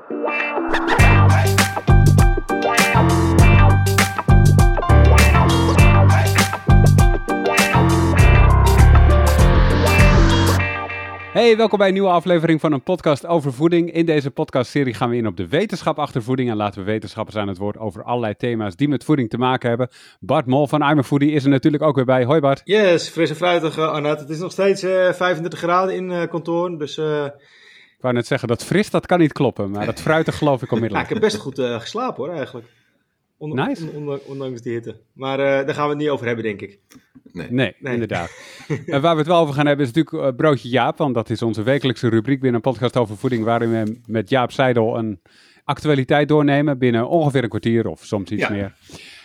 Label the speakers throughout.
Speaker 1: Hey, welkom bij een nieuwe aflevering van een podcast over voeding. In deze podcastserie gaan we in op de wetenschap achter voeding en laten we wetenschappers aan het woord over allerlei thema's die met voeding te maken hebben. Bart Mol van I'm a Foodie is er natuurlijk ook weer bij. Hoi Bart.
Speaker 2: Yes, fris en fruitig Arnoud. Het is nog steeds 35 graden in kantoor, dus...
Speaker 1: Ik wou net zeggen, dat fris, dat kan niet kloppen, maar dat fruitig geloof ik onmiddellijk.
Speaker 2: Ik heb best goed geslapen hoor, eigenlijk.
Speaker 1: Nice.
Speaker 2: Ondanks die hitte. Maar daar gaan we het niet over hebben, denk ik.
Speaker 1: Nee. Inderdaad. Waar we het wel over gaan hebben is natuurlijk Broodje Jaap, want dat is onze wekelijkse rubriek binnen een podcast over voeding, waarin we met Jaap Seidel een actualiteit doornemen binnen ongeveer een kwartier of soms iets meer.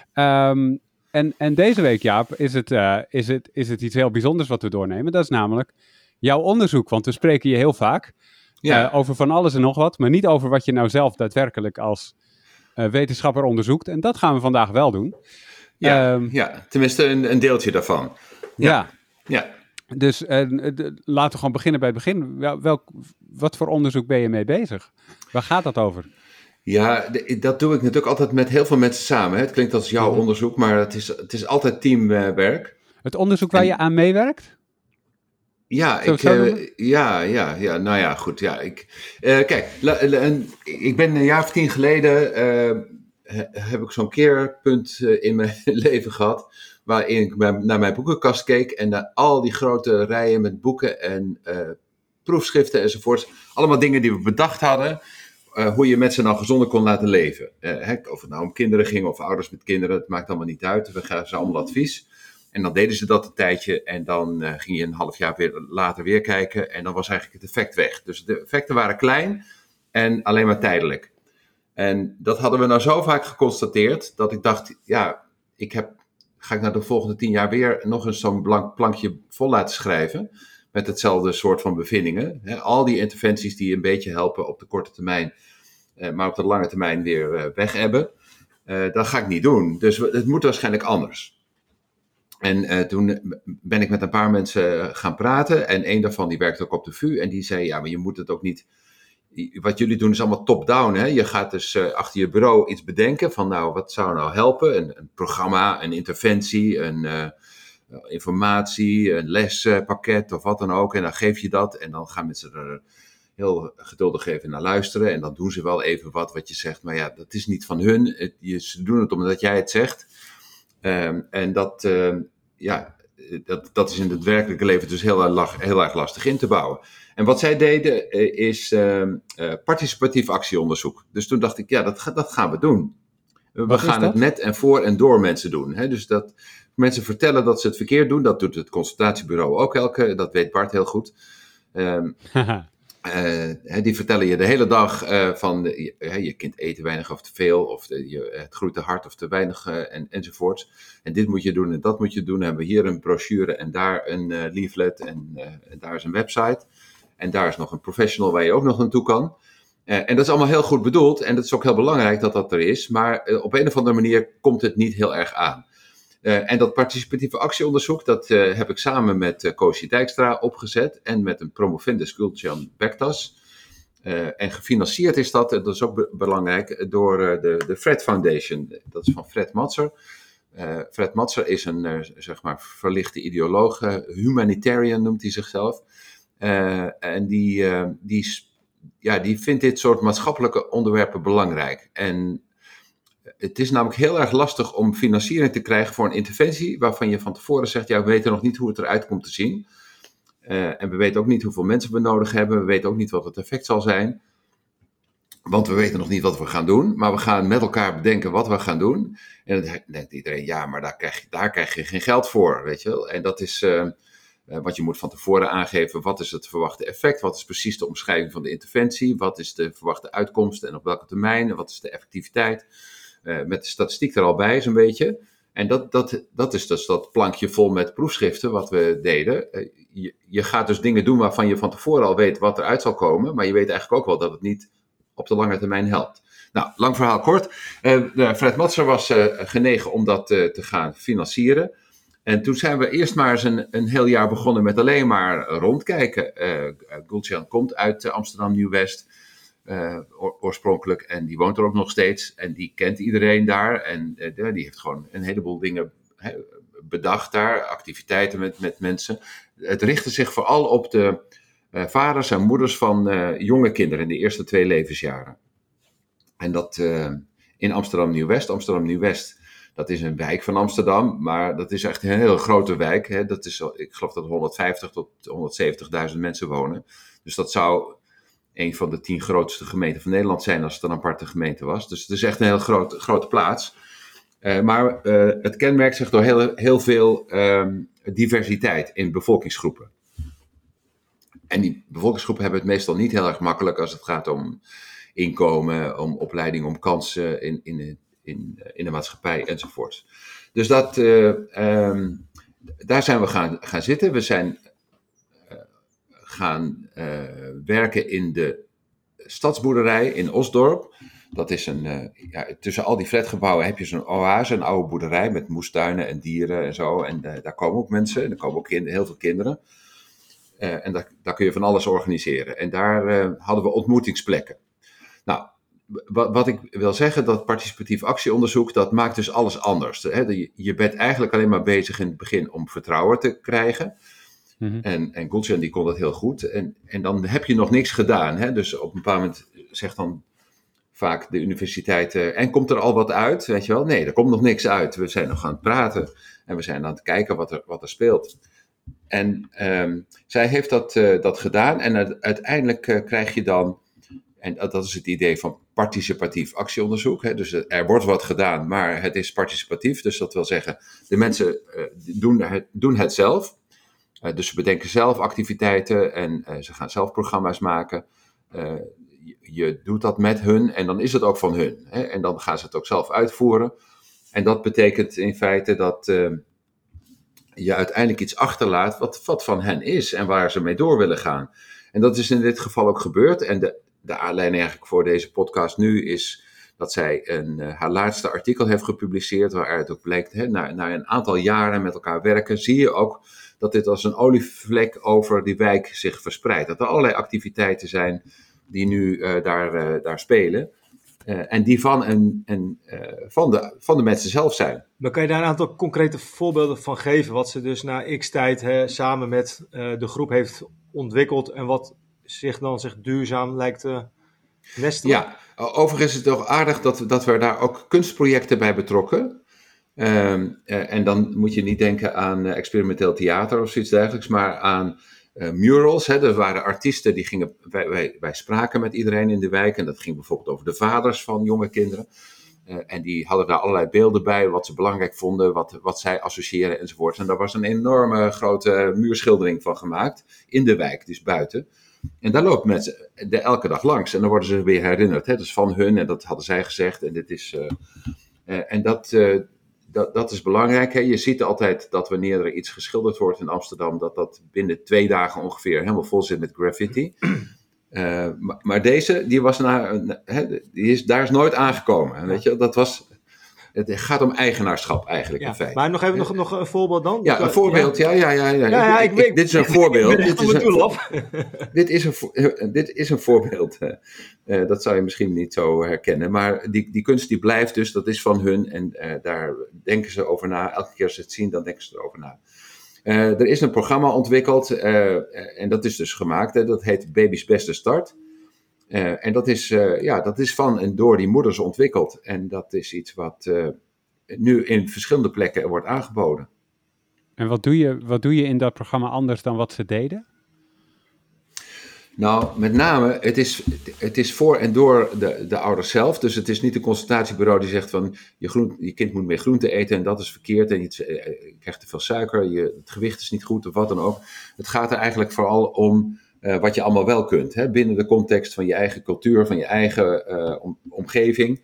Speaker 1: En deze week, Jaap, is het iets heel bijzonders wat we doornemen. Dat is namelijk jouw onderzoek, want we spreken je heel vaak over van alles en nog wat, maar niet over wat je nou zelf daadwerkelijk als wetenschapper onderzoekt. En dat gaan we vandaag wel doen.
Speaker 3: Tenminste een deeltje daarvan. Ja.
Speaker 1: Dus laten we gewoon beginnen bij het begin. Wat voor onderzoek ben je mee bezig? Waar gaat dat over?
Speaker 3: Ja, dat doe ik natuurlijk altijd met heel veel mensen samen. Hè. Het klinkt als jouw onderzoek, maar het is altijd teamwerk.
Speaker 1: Het onderzoek waar je aan meewerkt?
Speaker 3: Ja, nou ja, goed. Ja, kijk, ik ben een jaar of 10 geleden, heb ik zo'n keerpunt in mijn leven gehad, waarin ik naar mijn boekenkast keek en naar al die grote rijen met boeken en proefschriften enzovoorts. Allemaal dingen die we bedacht hadden, hoe je mensen nou gezonder kon laten leven. Of het nou om kinderen ging of ouders met kinderen, het maakt allemaal niet uit. We gaven ze allemaal advies. En dan deden ze dat een tijdje en dan ging je een half jaar later weer kijken en dan was eigenlijk het effect weg. Dus de effecten waren klein en alleen maar tijdelijk. En dat hadden we nou zo vaak geconstateerd dat ik dacht, ga ik nou de volgende 10 jaar weer nog eens zo'n plankje vol laten schrijven met hetzelfde soort van bevindingen. Al die interventies die een beetje helpen op de korte termijn, maar op de lange termijn weer wegebben, dat ga ik niet doen. Dus het moet waarschijnlijk anders. En toen ben ik met een paar mensen gaan praten en een daarvan die werkte ook op de VU en die zei, ja, maar je moet het ook niet, wat jullie doen is allemaal top-down, hè? Je gaat dus achter je bureau iets bedenken van, nou, wat zou nou helpen? Een programma, een interventie, een informatie, een lespakket of wat dan ook en dan geef je dat en dan gaan mensen er heel geduldig even naar luisteren en dan doen ze wel even wat je zegt, maar ja, dat is niet van hun, ze doen het omdat jij het zegt. En dat is in het werkelijke leven dus heel erg lastig in te bouwen. En wat zij deden is participatief actieonderzoek. Dus toen dacht ik, dat gaan we doen. We gaan het met en voor en door mensen doen. Hè? Dus dat mensen vertellen dat ze het verkeerd doen, dat doet het consultatiebureau ook dat weet Bart heel goed. Die vertellen je de hele dag van je kind eet te weinig of te veel, of het groeit te hard of te weinig enzovoorts. En dit moet je doen en dat moet je doen. Dan hebben we hier een brochure en daar een leaflet en daar is een website. En daar is nog een professional waar je ook nog naartoe kan. En dat is allemaal heel goed bedoeld en dat is ook heel belangrijk dat dat er is. Maar op een of andere manier komt het niet heel erg aan. En dat participatieve actieonderzoek, dat heb ik samen met Koosje Dijkstra opgezet en met een promovendus Gulcan Bektas. En gefinancierd is dat is ook belangrijk, door de Fred Foundation. Dat is van Fred Matser. Fred Matser is een verlichte ideoloog, humanitarian noemt hij zichzelf. En die vindt dit soort maatschappelijke onderwerpen belangrijk. En het is namelijk heel erg lastig om financiering te krijgen voor een interventie waarvan je van tevoren zegt, we weten nog niet hoe het eruit komt te zien. En we weten ook niet hoeveel mensen we nodig hebben. We weten ook niet wat het effect zal zijn. Want we weten nog niet wat we gaan doen. Maar we gaan met elkaar bedenken wat we gaan doen. En dan denkt iedereen, maar daar krijg je geen geld voor, weet je wel. En dat is, want je moet van tevoren aangeven, wat is het verwachte effect? Wat is precies de omschrijving van de interventie? Wat is de verwachte uitkomst en op welke termijn? En wat is de effectiviteit? Met de statistiek er al bij, zo'n beetje. En dat is dus dat plankje vol met proefschriften wat we deden. Je gaat dus dingen doen waarvan je van tevoren al weet wat eruit zal komen. Maar je weet eigenlijk ook wel dat het niet op de lange termijn helpt. Nou, lang verhaal kort. Fred Matser was genegen om dat te gaan financieren. En toen zijn we eerst maar eens een heel jaar begonnen met alleen maar rondkijken. Gulcan komt uit Amsterdam Nieuw-West. oorspronkelijk. En die woont er ook nog steeds. En die kent iedereen daar. En die heeft gewoon een heleboel dingen bedacht daar. Activiteiten met mensen. Het richtte zich vooral op de vaders en moeders van jonge kinderen in de eerste 2 levensjaren. En dat in Amsterdam Nieuw-West. Amsterdam Nieuw-West, dat is een wijk van Amsterdam, maar dat is echt een heel grote wijk. Hè. Dat is, ik geloof dat 150.000 tot 170.000 mensen wonen. Dus dat zou een van de 10 grootste gemeenten van Nederland zijn als het een aparte gemeente was. Dus het is echt een heel grote plaats. Maar het kenmerkt zich door heel veel diversiteit in bevolkingsgroepen. En die bevolkingsgroepen hebben het meestal niet heel erg makkelijk als het gaat om inkomen, om opleiding, om kansen in de maatschappij enzovoort. Dus daar zijn we gaan zitten. We zijn gaan werken in de stadsboerderij in Osdorp. Dat is tussen al die flatgebouwen heb je zo'n oase, een oude boerderij met moestuinen en dieren en zo. En daar komen ook mensen, en er komen ook heel veel kinderen. En daar kun je van alles organiseren. En daar hadden we ontmoetingsplekken. Nou, wat ik wil zeggen, dat participatief actieonderzoek, dat maakt dus alles anders. Je bent eigenlijk alleen maar bezig in het begin om vertrouwen te krijgen. Mm-hmm. En Gulsen die kon dat heel goed. En dan heb je nog niks gedaan. Hè? Dus op een bepaald moment zegt dan vaak de universiteit, en komt er al wat uit? Weet je wel? Nee, er komt nog niks uit. We zijn nog aan het praten en we zijn aan het kijken wat er speelt. En zij heeft dat gedaan en uiteindelijk krijg je dan, en dat is het idee van participatief actieonderzoek. Hè? Dus er wordt wat gedaan, maar het is participatief. Dus dat wil zeggen, de mensen doen het zelf. Dus ze bedenken zelf activiteiten en ze gaan zelf programma's maken. Je doet dat met hun en dan is het ook van hun. Hè? En dan gaan ze het ook zelf uitvoeren. En dat betekent in feite dat je uiteindelijk iets achterlaat wat van hen is en waar ze mee door willen gaan. En dat is in dit geval ook gebeurd. En de aanleiding eigenlijk voor deze podcast nu is dat zij haar laatste artikel heeft gepubliceerd, waaruit ook blijkt, na een aantal jaren met elkaar werken, zie je ook dat dit als een olievlek over die wijk zich verspreidt. Dat er allerlei activiteiten zijn die nu daar spelen. En die van de mensen zelf zijn.
Speaker 2: Maar kan je daar een aantal concrete voorbeelden van geven? Wat ze dus na x tijd samen met de groep heeft ontwikkeld en wat zich duurzaam lijkt te nestelen?
Speaker 3: Ja, overigens is het toch aardig dat we daar ook kunstprojecten bij betrokken. En dan moet je niet denken aan experimenteel theater of zoiets dergelijks, maar aan murals. Hè. Er waren artiesten die gingen, wij spraken met iedereen in de wijk en dat ging bijvoorbeeld over de vaders van jonge kinderen. En die hadden daar allerlei beelden bij, wat ze belangrijk vonden, wat zij associëren enzovoort. En daar was een enorme grote muurschildering van gemaakt in de wijk, dus buiten. En daar lopen mensen elke dag langs en dan worden ze weer herinnerd. Hè. Dat is van hun en dat hadden zij gezegd. En dit is, dat is belangrijk. Hè. Je ziet altijd dat wanneer er iets geschilderd wordt in Amsterdam, dat binnen 2 dagen ongeveer helemaal vol zit met graffiti. Maar deze, daar is nooit aangekomen. Weet je, het gaat om eigenaarschap eigenlijk in feite.
Speaker 2: Maar nog even nog een voorbeeld dan?
Speaker 3: Ja, een voorbeeld. Ja. Dit is een voorbeeld. Dit is een voorbeeld. Dat zou je misschien niet zo herkennen. Maar die kunst die blijft dus, dat is van hun. En daar denken ze over na. Elke keer als ze het zien, dan denken ze erover na. Er is een programma ontwikkeld. En dat is dus gemaakt. Dat heet Baby's Beste Start. En dat is van en door die moeders ontwikkeld. En dat is iets wat nu in verschillende plekken wordt aangeboden.
Speaker 1: En wat doe je in dat programma anders dan wat ze deden?
Speaker 3: Nou, met name, het is voor en door de ouders zelf. Dus het is niet een consultatiebureau die zegt van je kind moet meer groente eten en dat is verkeerd. En je krijgt te veel suiker, het gewicht is niet goed of wat dan ook. Het gaat er eigenlijk vooral om wat je allemaal wel kunt. Hè, binnen de context van je eigen cultuur, van je eigen omgeving.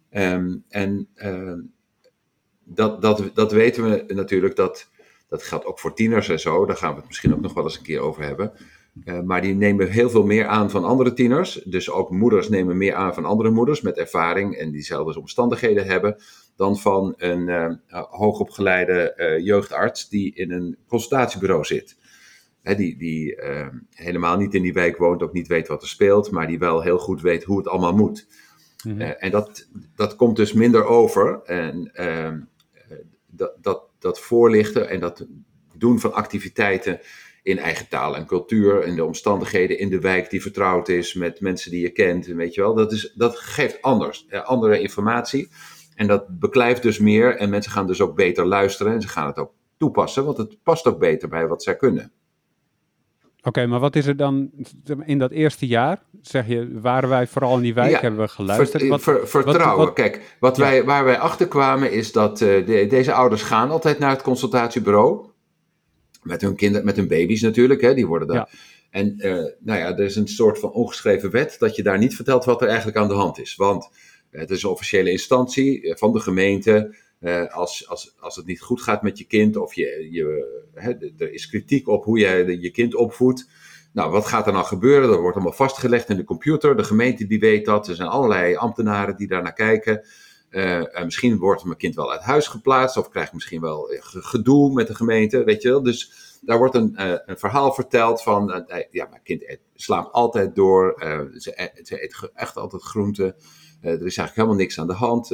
Speaker 3: Dat weten we natuurlijk, dat geldt ook voor tieners en zo. Daar gaan we het misschien ook nog wel eens een keer over hebben. Maar die nemen heel veel meer aan van andere tieners. Dus ook moeders nemen meer aan van andere moeders met ervaring en diezelfde omstandigheden hebben dan van een hoogopgeleide jeugdarts die in een consultatiebureau zit. die helemaal niet in die wijk woont, ook niet weet wat er speelt, maar die wel heel goed weet hoe het allemaal moet. Mm-hmm. En dat komt dus minder over. En dat voorlichten en dat doen van activiteiten in eigen taal en cultuur, in de omstandigheden in de wijk die vertrouwd is met mensen die je kent, weet je wel, dat geeft andere informatie. En dat beklijft dus meer en mensen gaan dus ook beter luisteren en ze gaan het ook toepassen, want het past ook beter bij wat zij kunnen.
Speaker 1: Oké, maar wat is er dan in dat eerste jaar? Zeg je, waren wij vooral in die wijk, hebben we geluisterd?
Speaker 3: Vertrouwen. Kijk, waar wij achter kwamen is dat deze ouders gaan altijd naar het consultatiebureau. Met hun kinderen, met hun baby's natuurlijk, hè, die worden daar. Ja. En er is een soort van ongeschreven wet dat je daar niet vertelt wat er eigenlijk aan de hand is. Want het is een officiële instantie van de gemeente. Als het niet goed gaat met je kind of er is kritiek op hoe je kind opvoedt. Nou, wat gaat er nou gebeuren? Dat wordt allemaal vastgelegd in de computer. De gemeente die weet dat. Er zijn allerlei ambtenaren die daar naar kijken. Misschien wordt mijn kind wel uit huis geplaatst of krijgt misschien wel gedoe met de gemeente, weet je wel. Dus daar wordt een verhaal verteld van, mijn kind slaapt altijd door, ze eet echt altijd groenten, er is eigenlijk helemaal niks aan de hand.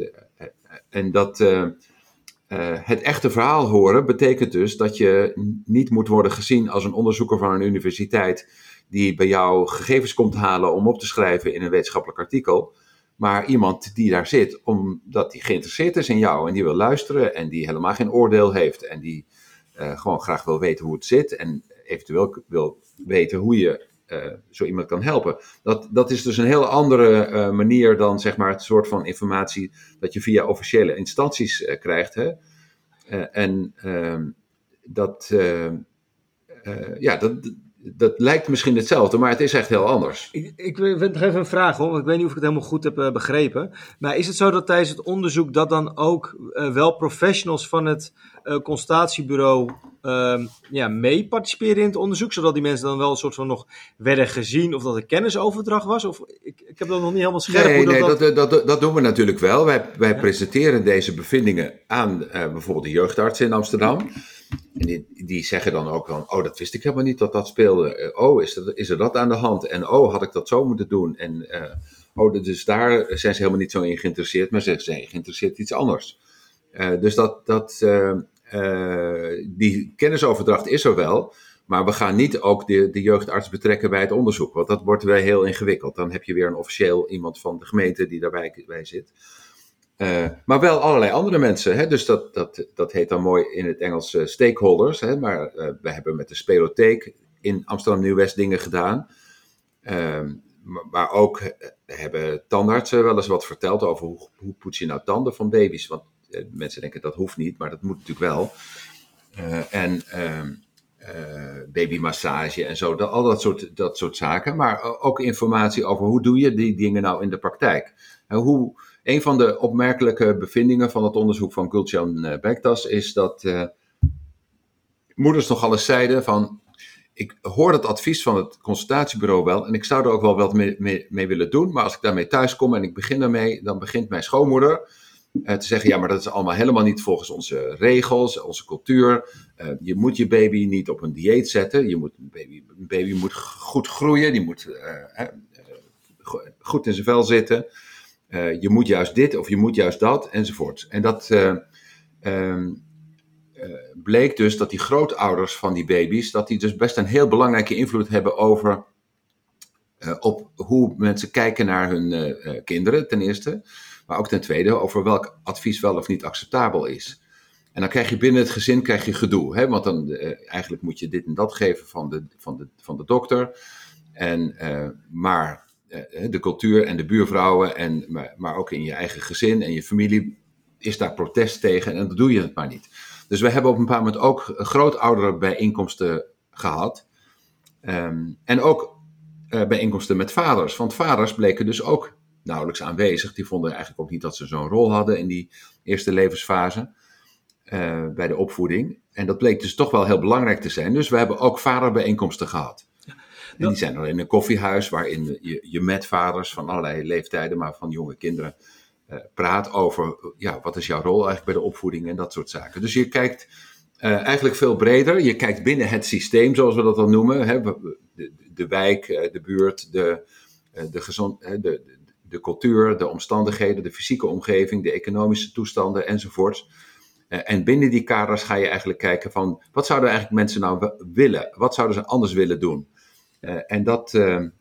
Speaker 3: Het echte verhaal horen betekent dus dat je niet moet worden gezien als een onderzoeker van een universiteit die bij jou gegevens komt halen om op te schrijven in een wetenschappelijk artikel. Maar iemand die daar zit, omdat die geïnteresseerd is in jou en die wil luisteren en die helemaal geen oordeel heeft en die gewoon graag wil weten hoe het zit en eventueel wil weten hoe je zo iemand kan helpen. Dat is dus een heel andere manier dan zeg maar het soort van informatie dat je via officiële instanties krijgt. Hè? Dat lijkt misschien hetzelfde, maar het is echt heel anders.
Speaker 2: Ik wil nog even een vraag, hoor. Ik weet niet of ik het helemaal goed heb begrepen. Maar is het zo dat tijdens het onderzoek dat dan ook wel professionals van het consultatiebureau mee participeren in het onderzoek? Zodat die mensen dan wel een soort van nog werden gezien of dat er kennisoverdracht was? Of ik heb dat nog niet helemaal scherp.
Speaker 3: Dat doen we natuurlijk wel. Wij presenteren deze bevindingen aan bijvoorbeeld de jeugdarts in Amsterdam. En die zeggen dan ook van, dat wist ik helemaal niet dat speelde. Is er dat aan de hand? En had ik dat zo moeten doen? En dus daar zijn ze helemaal niet zo in geïnteresseerd, maar ze zijn geïnteresseerd in iets anders. Dus die kennisoverdracht is er wel, maar we gaan niet ook de jeugdarts betrekken bij het onderzoek, want dat wordt weer heel ingewikkeld. Dan heb je weer een officieel iemand van de gemeente die daarbij zit. Maar wel allerlei andere mensen. Hè? Dus dat heet dan mooi in het Engels stakeholders. Hè? Maar we hebben met de Spelotheek in Amsterdam Nieuw-West dingen gedaan. Maar ook hebben tandartsen wel eens wat verteld over hoe poets je nou tanden van baby's. Want mensen denken dat hoeft niet, maar dat moet natuurlijk wel. Babymassage en zo, al dat soort zaken. Maar ook informatie over hoe doe je die dingen nou in de praktijk. Een van de opmerkelijke bevindingen van het onderzoek van Gulcan Bektas is dat moeders nogal eens zeiden van, ik hoor het advies van het consultatiebureau wel en ik zou er ook wel wat mee willen doen, maar als ik daarmee thuis kom en ik begin daarmee, dan begint mijn schoonmoeder te zeggen, ja, maar dat is allemaal helemaal niet volgens onze regels, onze cultuur. Je moet je baby niet op een dieet zetten. Een baby moet goed groeien, die moet goed in zijn vel zitten. Je moet juist dit of je moet juist dat, enzovoort. En dat bleek dus dat die grootouders van die baby's, dat die dus best een heel belangrijke invloed hebben op hoe mensen kijken naar hun kinderen, ten eerste. Maar ook ten tweede over welk advies wel of niet acceptabel is. En dan krijg je binnen het gezin gedoe. Hè? Want dan eigenlijk moet je dit en dat geven van de dokter. Maar de cultuur en de buurvrouwen, maar ook in je eigen gezin en je familie is daar protest tegen en dan doe je het maar niet. Dus we hebben op een bepaald moment ook grootouderenbijeenkomsten gehad. En ook bijeenkomsten met vaders. Want vaders bleken dus ook nauwelijks aanwezig. Die vonden eigenlijk ook niet dat ze zo'n rol hadden in die eerste levensfase bij de opvoeding. En dat bleek dus toch wel heel belangrijk te zijn. Dus we hebben ook vaderbijeenkomsten gehad. En die zijn er in een koffiehuis waarin je met vaders van allerlei leeftijden, maar van jonge kinderen, praat over, wat is jouw rol eigenlijk bij de opvoeding en dat soort zaken. Dus je kijkt Eigenlijk veel breder. Je kijkt binnen het systeem, zoals we dat dan noemen. Hè? De wijk, de buurt, de cultuur, de omstandigheden, de fysieke omgeving, de economische toestanden enzovoort. En binnen die kaders ga je eigenlijk kijken van, wat zouden eigenlijk mensen nou willen? Wat zouden ze anders willen doen? En dat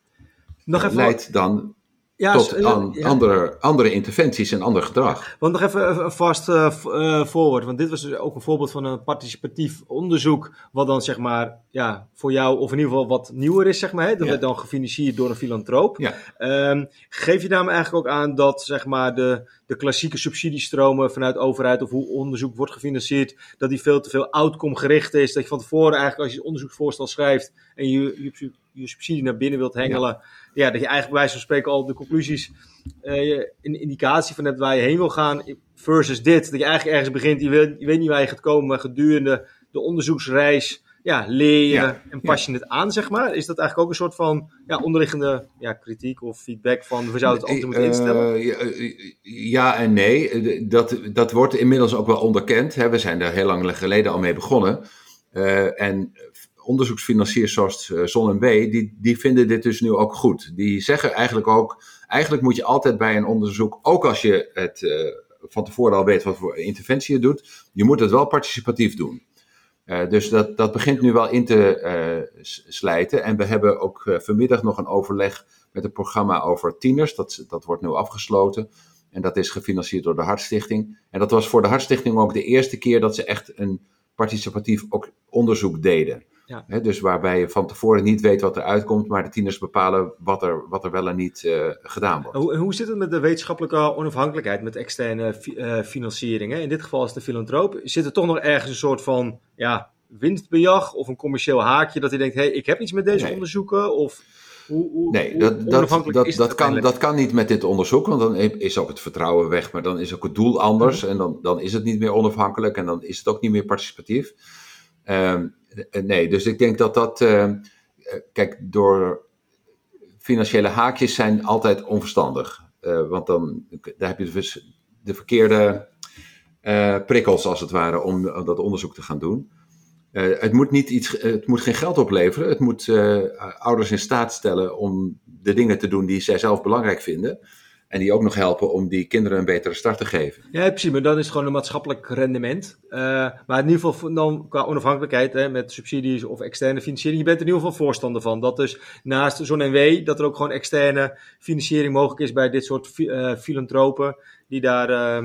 Speaker 3: leidt dan tot andere interventies en ander gedrag.
Speaker 2: Want nog even een vast voorwoord. Want dit was dus ook een voorbeeld van een participatief onderzoek. Wat dan zeg maar voor jou of in ieder geval wat nieuwer is. Zeg maar, hè? Dat werd dan gefinancierd door een filantroop. Ja. Geef je daarmee eigenlijk ook aan dat zeg maar, de klassieke subsidiestromen vanuit de overheid of hoe onderzoek wordt gefinancierd, dat die veel te veel outcome gericht is. Dat je van tevoren eigenlijk als je onderzoeksvoorstel schrijft en je subsidie naar binnen wilt hengelen, dat je eigenlijk bij wijze van spreken al de conclusies, een indicatie van hebt waar je heen wil gaan versus dit. Dat je eigenlijk ergens begint, je weet niet waar je gaat komen, maar gedurende de onderzoeksreis leer je en pas je het aan, zeg maar. Is dat eigenlijk ook een soort van onderliggende kritiek of feedback van we zouden het anders moeten instellen?
Speaker 3: Ja en nee. Dat wordt inmiddels ook wel onderkend. Hè. We zijn daar heel lang geleden al mee begonnen. En onderzoeksfinanciers zoals Zon en W, die vinden dit dus nu ook goed. Die zeggen eigenlijk ook, eigenlijk moet je altijd bij een onderzoek, ook als je het van tevoren al weet wat voor interventie je doet, je moet het wel participatief doen. Dus dat begint nu wel in te slijten. En we hebben ook vanmiddag nog een overleg met een programma over tieners. Dat wordt nu afgesloten. En dat is gefinancierd door de Hartstichting. En dat was voor de Hartstichting ook de eerste keer dat ze echt een participatief onderzoek deden. Ja. Dus waarbij je van tevoren niet weet wat er uitkomt, maar de tieners bepalen wat er wel en niet gedaan wordt.
Speaker 2: Hoe zit het met de wetenschappelijke onafhankelijkheid met externe financiering? Hè? In dit geval is de filantroop. Zit er toch nog ergens een soort van winstbejag of een commercieel haakje dat hij denkt, ik heb iets met deze onderzoeken? Of
Speaker 3: nee, dat kan niet met dit onderzoek, want dan is ook het vertrouwen weg, maar dan is ook het doel anders en dan is het niet meer onafhankelijk en dan is het ook niet meer participatief. Nee, dus ik denk dat kijk, door financiële haakjes zijn altijd onverstandig. Want daar heb je dus de verkeerde prikkels als het ware om dat onderzoek te gaan doen. Het moet geen geld opleveren. Het moet ouders in staat stellen om de dingen te doen die zij zelf belangrijk vinden. En die ook nog helpen om die kinderen een betere start te geven.
Speaker 2: Ja, precies. Maar dan is het gewoon een maatschappelijk rendement. Maar in ieder geval dan qua onafhankelijkheid met subsidies of externe financiering. Je bent er in ieder geval voorstander van. Dat dus naast Zon en W, dat er ook gewoon externe financiering mogelijk is bij dit soort filantropen. Die daar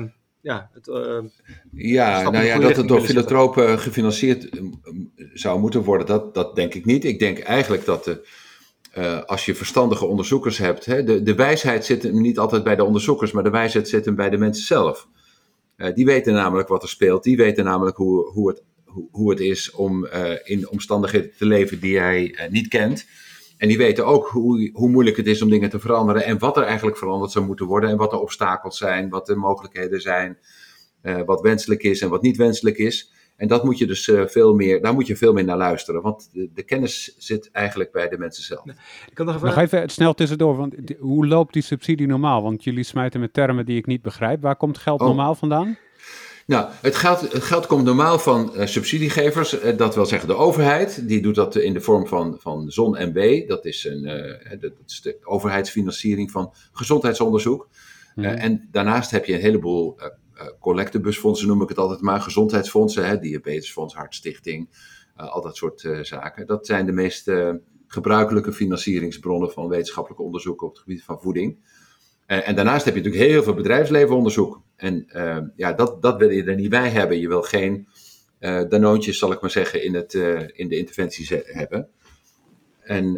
Speaker 3: dat het door filantropen gefinancierd zou moeten worden. Dat denk ik niet. Ik denk eigenlijk dat als je verstandige onderzoekers hebt, de wijsheid zit hem niet altijd bij de onderzoekers, maar de wijsheid zit hem bij de mensen zelf. Die weten namelijk wat er speelt, die weten namelijk hoe het is om in omstandigheden te leven die hij niet kent. En die weten ook hoe moeilijk het is om dingen te veranderen en wat er eigenlijk veranderd zou moeten worden en wat de obstakels zijn, wat de mogelijkheden zijn, wat wenselijk is en wat niet wenselijk is. En dat moet je dus daar moet je veel meer naar luisteren, want de kennis zit eigenlijk bij de mensen zelf.
Speaker 1: Ik kan nog even snel tussendoor, want hoe loopt die subsidie normaal? Want jullie smijten met termen die ik niet begrijp. Waar komt geld normaal vandaan?
Speaker 3: Nou, het geld komt normaal van subsidiegevers, dat wil zeggen de overheid. Die doet dat in de vorm van Zon en W. Dat is de overheidsfinanciering van gezondheidsonderzoek. En daarnaast heb je een heleboel collectebusfondsen, noem ik het altijd maar, gezondheidsfondsen, Diabetesfonds, Hartstichting, al dat soort zaken. Dat zijn de meest gebruikelijke financieringsbronnen van wetenschappelijk onderzoek op het gebied van voeding. En daarnaast heb je natuurlijk heel veel bedrijfslevenonderzoek. En dat wil je er niet bij hebben. Je wil geen danoontjes, zal ik maar zeggen, in de interventies hebben. En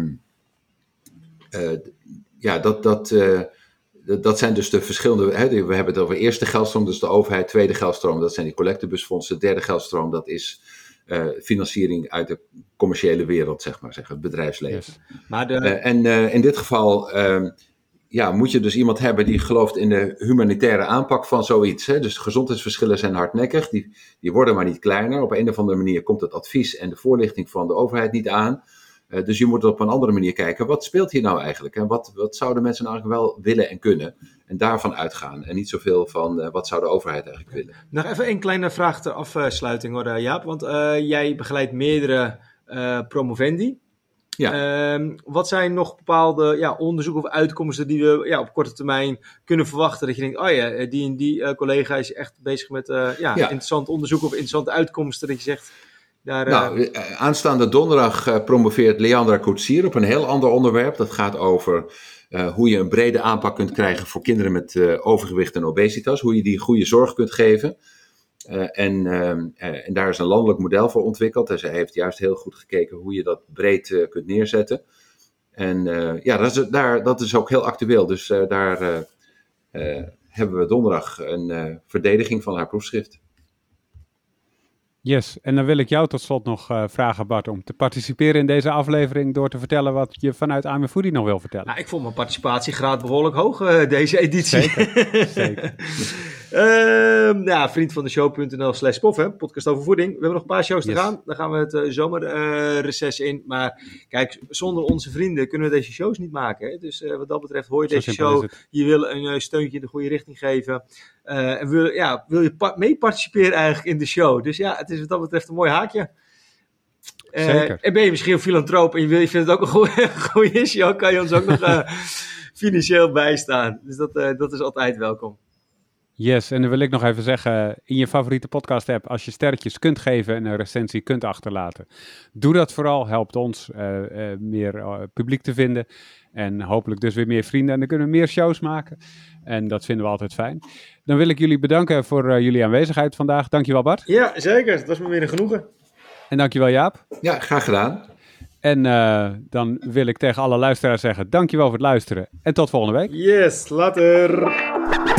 Speaker 3: dat zijn dus de verschillende. We hebben het over eerste geldstroom, dat is de overheid. Tweede geldstroom, dat zijn die collectebusfondsen. Derde geldstroom, dat is financiering uit de commerciële wereld, zeg maar, het bedrijfsleven. Yes. Maar en in dit geval moet je dus iemand hebben die gelooft in de humanitaire aanpak van zoiets. Dus gezondheidsverschillen zijn hardnekkig, die worden maar niet kleiner. Op een of andere manier komt het advies en de voorlichting van de overheid niet aan. Dus je moet op een andere manier kijken, wat speelt hier nou eigenlijk? En wat zouden mensen nou eigenlijk wel willen en kunnen? En daarvan uitgaan. En niet zoveel van, wat zou de overheid eigenlijk willen?
Speaker 2: Nog even een kleine vraag ter afsluiting hoor, Jaap. Want jij begeleidt meerdere promovendi.
Speaker 3: Ja.
Speaker 2: Wat zijn nog bepaalde onderzoeken of uitkomsten die we op korte termijn kunnen verwachten? Dat je denkt, die en die collega is echt bezig met interessant onderzoek of interessante uitkomsten. Dat je zegt...
Speaker 3: Aanstaande donderdag promoveert Leandra Koetsier op een heel ander onderwerp. Dat gaat over hoe je een brede aanpak kunt krijgen voor kinderen met overgewicht en obesitas. Hoe je die goede zorg kunt geven. En daar is een landelijk model voor ontwikkeld. En zij heeft juist heel goed gekeken hoe je dat breed kunt neerzetten. En dat is ook heel actueel. Dus daar hebben we donderdag een verdediging van haar proefschrift.
Speaker 1: Yes, en dan wil ik jou tot slot nog vragen, Bart, om te participeren in deze aflevering door te vertellen wat je vanuit I'm Foodie nog wil vertellen.
Speaker 2: Nou, ik vond mijn participatiegraad behoorlijk hoog deze editie.
Speaker 1: Zeker.
Speaker 2: Vriend van de show.nl/pof, podcast over voeding. We hebben nog een paar shows te gaan. Dan gaan we het zomerreces in. Maar kijk, zonder onze vrienden kunnen we deze shows niet maken. Hè? Dus wat dat betreft hoor je deze show. Je wil een steuntje in de goede richting geven. En wil je mee participeren eigenlijk in de show. Dus ja, het is wat dat betreft een mooi haakje. En ben je misschien een filantroop en je vindt het ook een goede show, kan je ons ook nog financieel bijstaan. Dus dat is altijd welkom.
Speaker 1: Yes, en dan wil ik nog even zeggen, in je favoriete podcast app, als je sterretjes kunt geven en een recensie kunt achterlaten, doe dat vooral, helpt ons meer publiek te vinden en hopelijk dus weer meer vrienden en dan kunnen we meer shows maken en dat vinden we altijd fijn. Dan wil ik jullie bedanken voor jullie aanwezigheid vandaag. Dankjewel Bart.
Speaker 2: Ja, zeker. Het was me weer een genoegen.
Speaker 1: En dankjewel Jaap.
Speaker 3: Ja, graag gedaan.
Speaker 1: En dan wil ik tegen alle luisteraars zeggen, dankjewel voor het luisteren en tot volgende week.
Speaker 2: Yes, later.